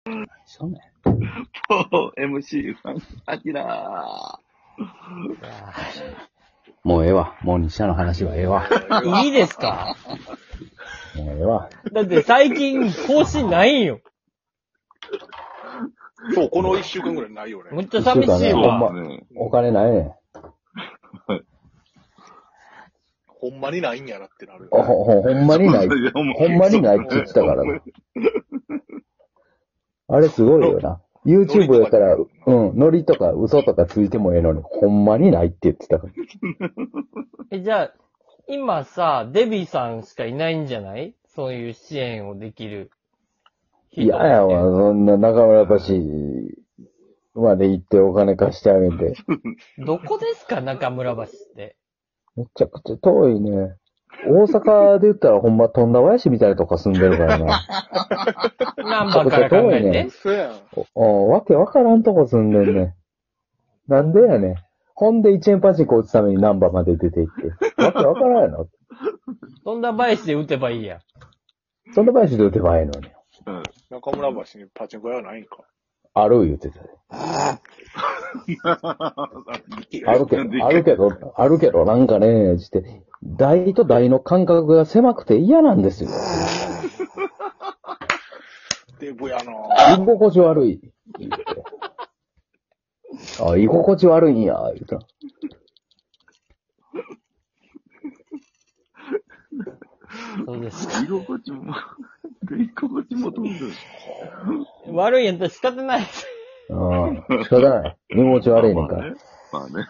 そうね。 MC ファン、アキラもうええわ。もう西田の話はええわ。 いいですか？ もうええわ。 だって最近更新ないんよ。 そう、この一週間ぐらいないよね。 めっちゃ寂しいほんわ。 まね。 お金ないね。 ほんまにないんやなってなるよ。 ほんまにない。 やほんまにないって言ってたからな。あれすごいよな。YouTube やったら、ノリとか嘘とかついてもええのに、ほんまにないって言ってたから。 じゃあ、今さ、デビーさんしかいないんじゃない？そういう支援をできる人。 いややわ、そんな中村橋まで行ってお金貸してあげて。 どこですか、中村橋って。 めちゃくちゃ遠いね。大阪で言ったらほんま富田林みたいなとこ住んでるからな。 ナンバーから考えて。 嘘やん。 わけわからんとこ住んでんね。なんでやねん。ほんで1円パチンコ打つためにナンバーまで出て行って。わけわからんやろ。 富田林で打てばいいや。 富田林で打てばええのに。 中村橋にパチンコ屋はないんか。 ある言ってたで。あるけど、なんかね、台と台の間隔が狭くて嫌なんですよ。 デブやな居心地悪い。言って。居心地悪いんや、言うた。 そうですか。 居心地もどうだ悪いんやったら仕方ない。 仕方ない。居心地悪いねんか。 まあね、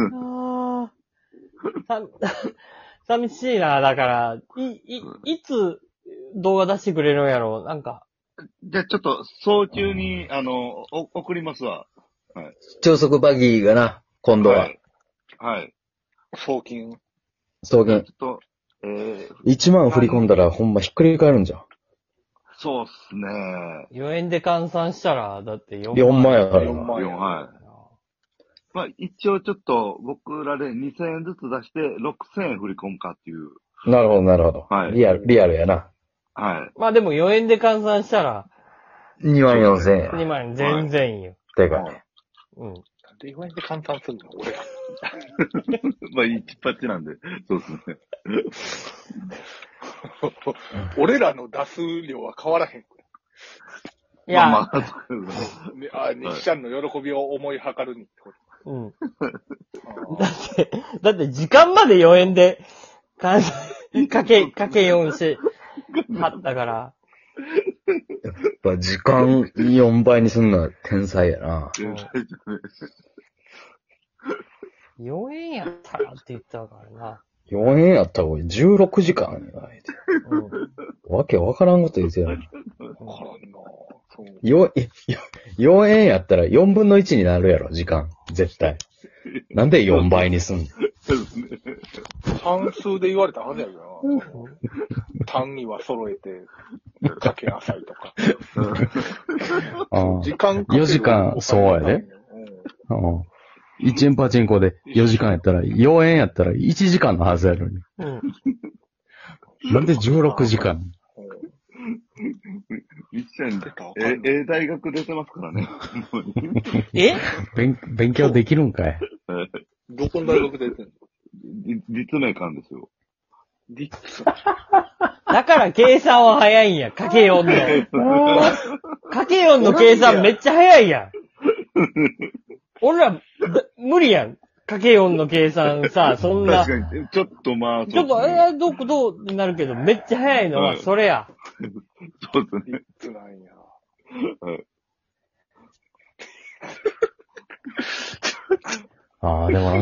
寂しいな、だから、いつ動画出してくれるんやろう、なんか。 じゃあちょっと、早急に、送りますわ。はい。 超速バギーがな、今度は。 はい。 送金。 送金。 ちょっと、 1万振り込んだらほんまひっくり返るんじゃん。 そうっすね。 4円で換算したら、だって4 4万やから 4 な。 万円。 はい。まあ、一応ちょっと、僕らで2000円ずつ出して6000円振り込むかっていう。 なるほど、なるほど。 はいリアルやな。 はい。 まあでも4円で換算したら、 2万4千円や。 2万円全然いいよ。 てかね。 うん。 なんで4円で簡単するの俺ら。 まあ、一発なんで、そうですね。 俺らの出す量は変わらへん。 いや、 まあ、そうですね。 日ちゃんの喜びを思いはかるにってこと。 うん。だって時間まで4円で換算、かけ4して、はったから。 やっぱ時間4倍にすんのは天才やな。 4円やったらって言ったからな。 4円やったら16時間やな。わけわからんこと言うてやる。 わからんなそう。 4円やったら4分の1になるやろ、時間。絶対。なんで4倍にすんの？ 算数で言われたはずやけどな。単位は揃えて、かけなさいとか。時間かける 4時間、そうやで。1円パチンコで4時間やったら、4円やったら1時間のはずやのに。なんで16時間？ 一緒に大学出てますからね。 え？ 勉強できるんかい？ どこの大学で出てんの？ 立命館ですよ。 だから計算は早いんや、かけ4の。かけ4の計算めっちゃ早いやん。俺ら、無理やん。かけ4の計算さ、そんな。 確かに、ちょっとまあ、 ちょっと、どうってなるけど、めっちゃ早いのは、それや。 そうですね。 つなんや。 でも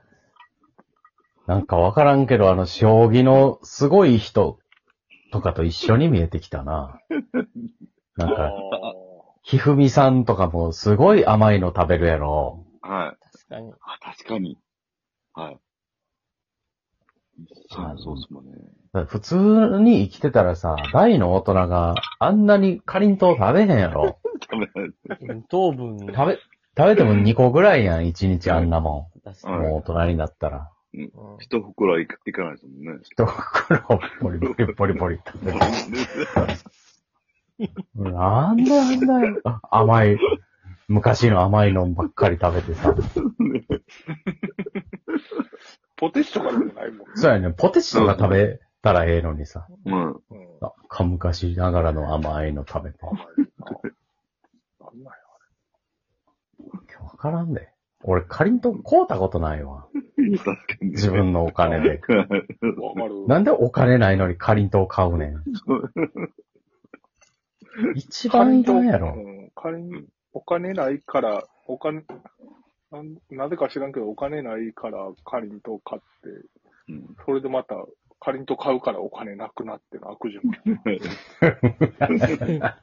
なんかわからんけど、将棋のすごい人とかと一緒に見えてきたな。なんか、ひふみさんとかもすごい甘いの食べるやろ。 はい。 確かに。 確かに。はい。そうっすもんね。 普通に生きてたらさ、大の大人があんなにかりんとう食べへんやろ。 糖分。 食べても2個ぐらいやん、1日あんなもん。 確かもう大人になったら。 一袋はいかないですもんね。 一袋をポリポリポリポリ食べる。 なんであんな甘い、昔の甘いのばっかり食べてさ。 ポテチとかでもないもん。 そうやね、ポテチとか食べたらええのにさ。 うん。 うん。 なんか昔ながらの甘いの食べて。 甘いな。なんなんや。 わからんで。俺、かりんとう買うたことないわ。 確かに。 自分のお金で。 わかる。 なんでお金ないのにかりんとう買うねん。一番いらんやろ。 お金ないから、なぜか知らんけど、お金ないから、かりんとう買って、 うんそれでまた、かりんとう買うからお金なくなっての悪循環。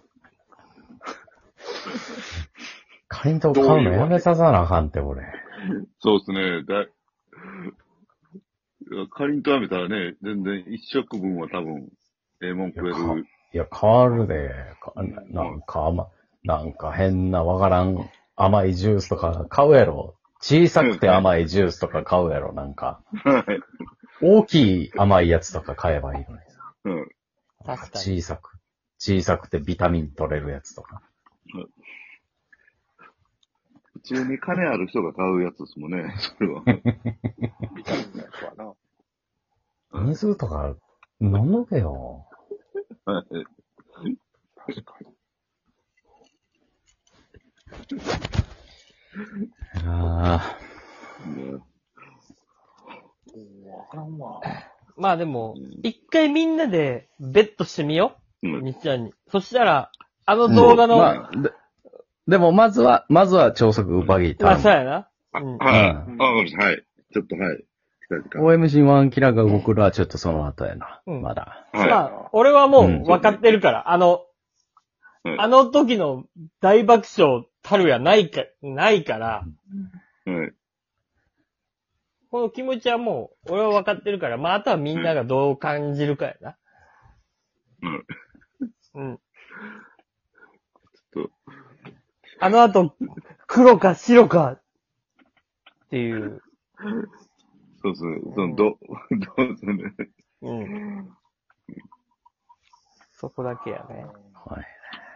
かりんとう買うのやめささなあかんって、俺。 そうですね。かりんとう飴たらね、全然一食分は多分、もん食える。 いや、変わるで。なんか変なわからん甘いジュースとか買うやろ。小さくて甘いジュースとか買うやろ、なんか。 はい。 大きい甘いやつとか買えばいいのにさ。 うん。 確かに。 小さくてビタミン取れるやつとか。 普通に金ある人が買うやつですもんね、それは。 ビタミンのやつはな。 水とか飲んどけよ。 はい。 確かに。 あわからんわ。 まあでも、一回みんなでベットしてみよう。 うん。 日ちゃんに。そしたら、あの動画の、 まあ、でもまずは超速ウバギーまあそう頼やな。うん。 はい。 うんはい。ちょっと、はい。近々 む。OMC1 キラが動くのはちょっとその後やな。 うんまだ。 はい。 まあ、俺はもう分かってるから、あの時の大爆笑たるやないから、 はい。 この気持ちはもう、俺は分かってるから、まああとはみんながどう感じるかやな。 うん。 うん。 ちょっあの後、黒か白かっていう。 そうですね。どうですね。 うん。そこだけやね。 はい。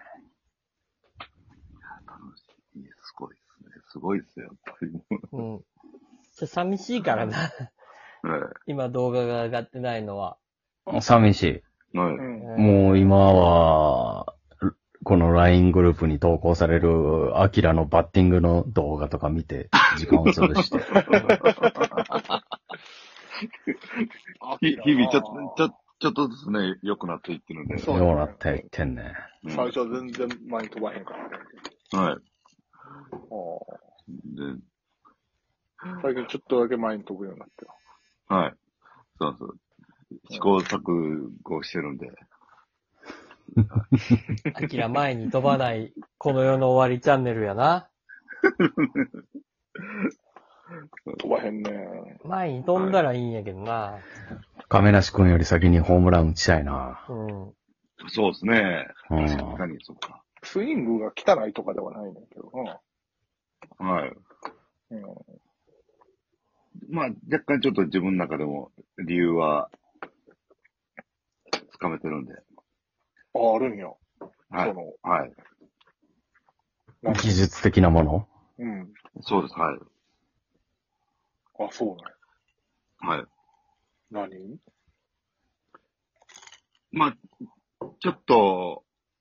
楽しい。すごいですね。すごいですよ、やっぱり。 うん。寂しいからな。 は今動画が上がってないのは。 寂しい。はい。 い。もう今は、この LINE グループに投稿されるアキラのバッティングの動画とか見て、時間を潰して。 日々ちょっとずつね、良くなっていってるんで。 そうようなっていってんね。 うん最初は全然前に飛ばへんからね。 はい。 あで、 あ最近ちょっとだけ前に飛ぶようになってる。 はい。そうそう。試行錯誤してるんで。 アキラ前に飛ばない、この世の終わりチャンネルやな。 飛ばへんね。 前に飛んだらいいんやけどな。 亀梨くんより先にホームラン打ちたいな。 うん。 そうですね。 うん確かに、そうか。 スイングが汚いとかではないねんけど。 はい。 うん。 まあ、若干ちょっと自分の中でも理由は、つかめてるんで。 あるんや。 はい。 の、 はい。 技術的なものうん。 そうです。はい。 あ、そうなんや。 はい。 何まあ、ちょっと、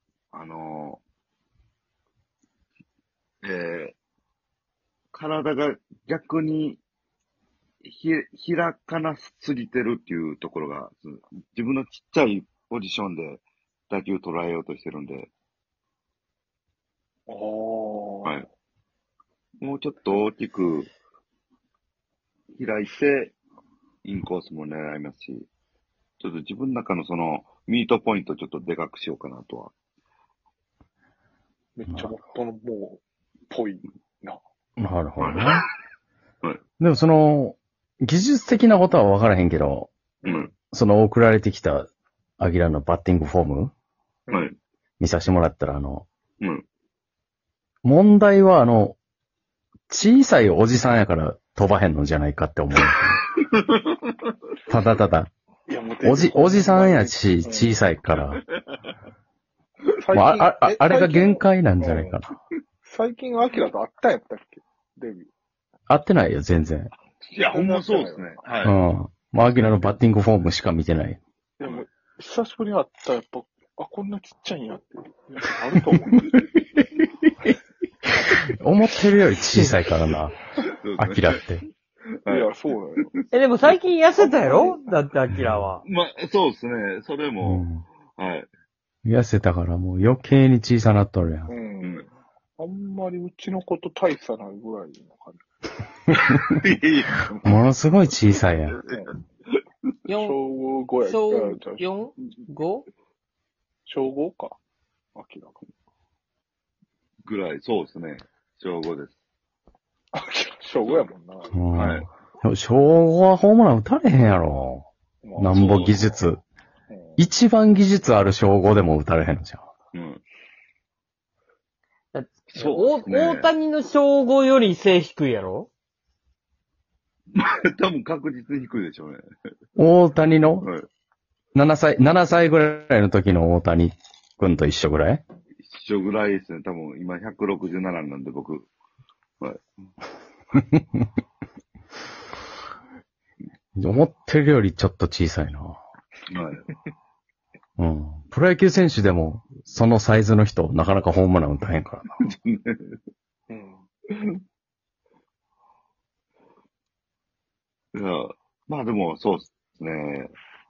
体が逆に開かなすぎてるっていうところが、自分のちっちゃいポジションで打球捉えようとしてるんで、 ああ。 はい。もうちょっと大きく開いて、インコースも狙いますし、ちょっと自分の中のそのミートポイントちょっとでかくしようかなとは。 めっちゃもう、ぽいな。 なるほどね。 はい。 でもその、技術的なことは分からへんけど、 うん。 その送られてきたアギラのバッティングフォームはい。 見させてもらったらうん。 問題は小さいおじさんやから飛ばへんのじゃないかって思う。ただただ、 いや、もうおじさんやし、小さいから。 最まあ、 近、 あれが限界なんじゃないかな。 最近、アキラと会ったんやったっけデビュー。 合ってないよ、全然。 いや、ほんまそうですね。 うはい。 ん。まあ、アキラのバッティングフォームしか見てない。 でも、久しぶりに会ったらやっぱ、こんなちっちゃいんやって。いや、あると思う。 思ってるより小さいからな、アキラって。 いや、そうだよ。 でも最近痩せたやろだって、アキラは。 まあ、そうですね。それうも、 ん。 はい。 痩せたからもう余計に小さなっとるやん。 うん。あんまりうちの子と大差ないぐらいの感じ。 ものすごい小さいやん。 小 4、 5や小じゃあ 4、5? 小5か。アキラが。 ぐらい、そうですね。小5です。 アキラ小5やもんな。 うんはい。 小5はホームラン打たれへんやろ。 まあなんぼ技術。 うん一番技術ある小5でも打たれへんじゃん。 うん。 だってそうですね大谷の小5より背低いやろ多分確実に低いでしょうね。 大谷のはい。 7歳ぐらいの時の大谷くんと一緒ぐらい一緒ぐらいですね。多分今167なんで僕。はい。 思ってるよりちょっと小さいな。 はい。 うん。プロ野球選手でも、そのサイズの人、なかなかホームラン打たへんからな。 うん。 いや、まあでもそうですね。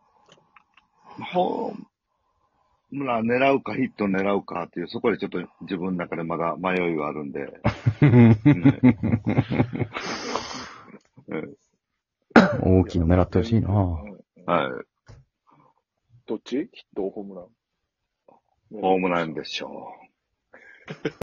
ホームラン狙うかヒット狙うかっていう、そこでちょっと自分の中でまだ迷いがあるんで。 大きいの狙ってほしいな。 はい。 どっちヒットホームラン。 ホームランでしょう。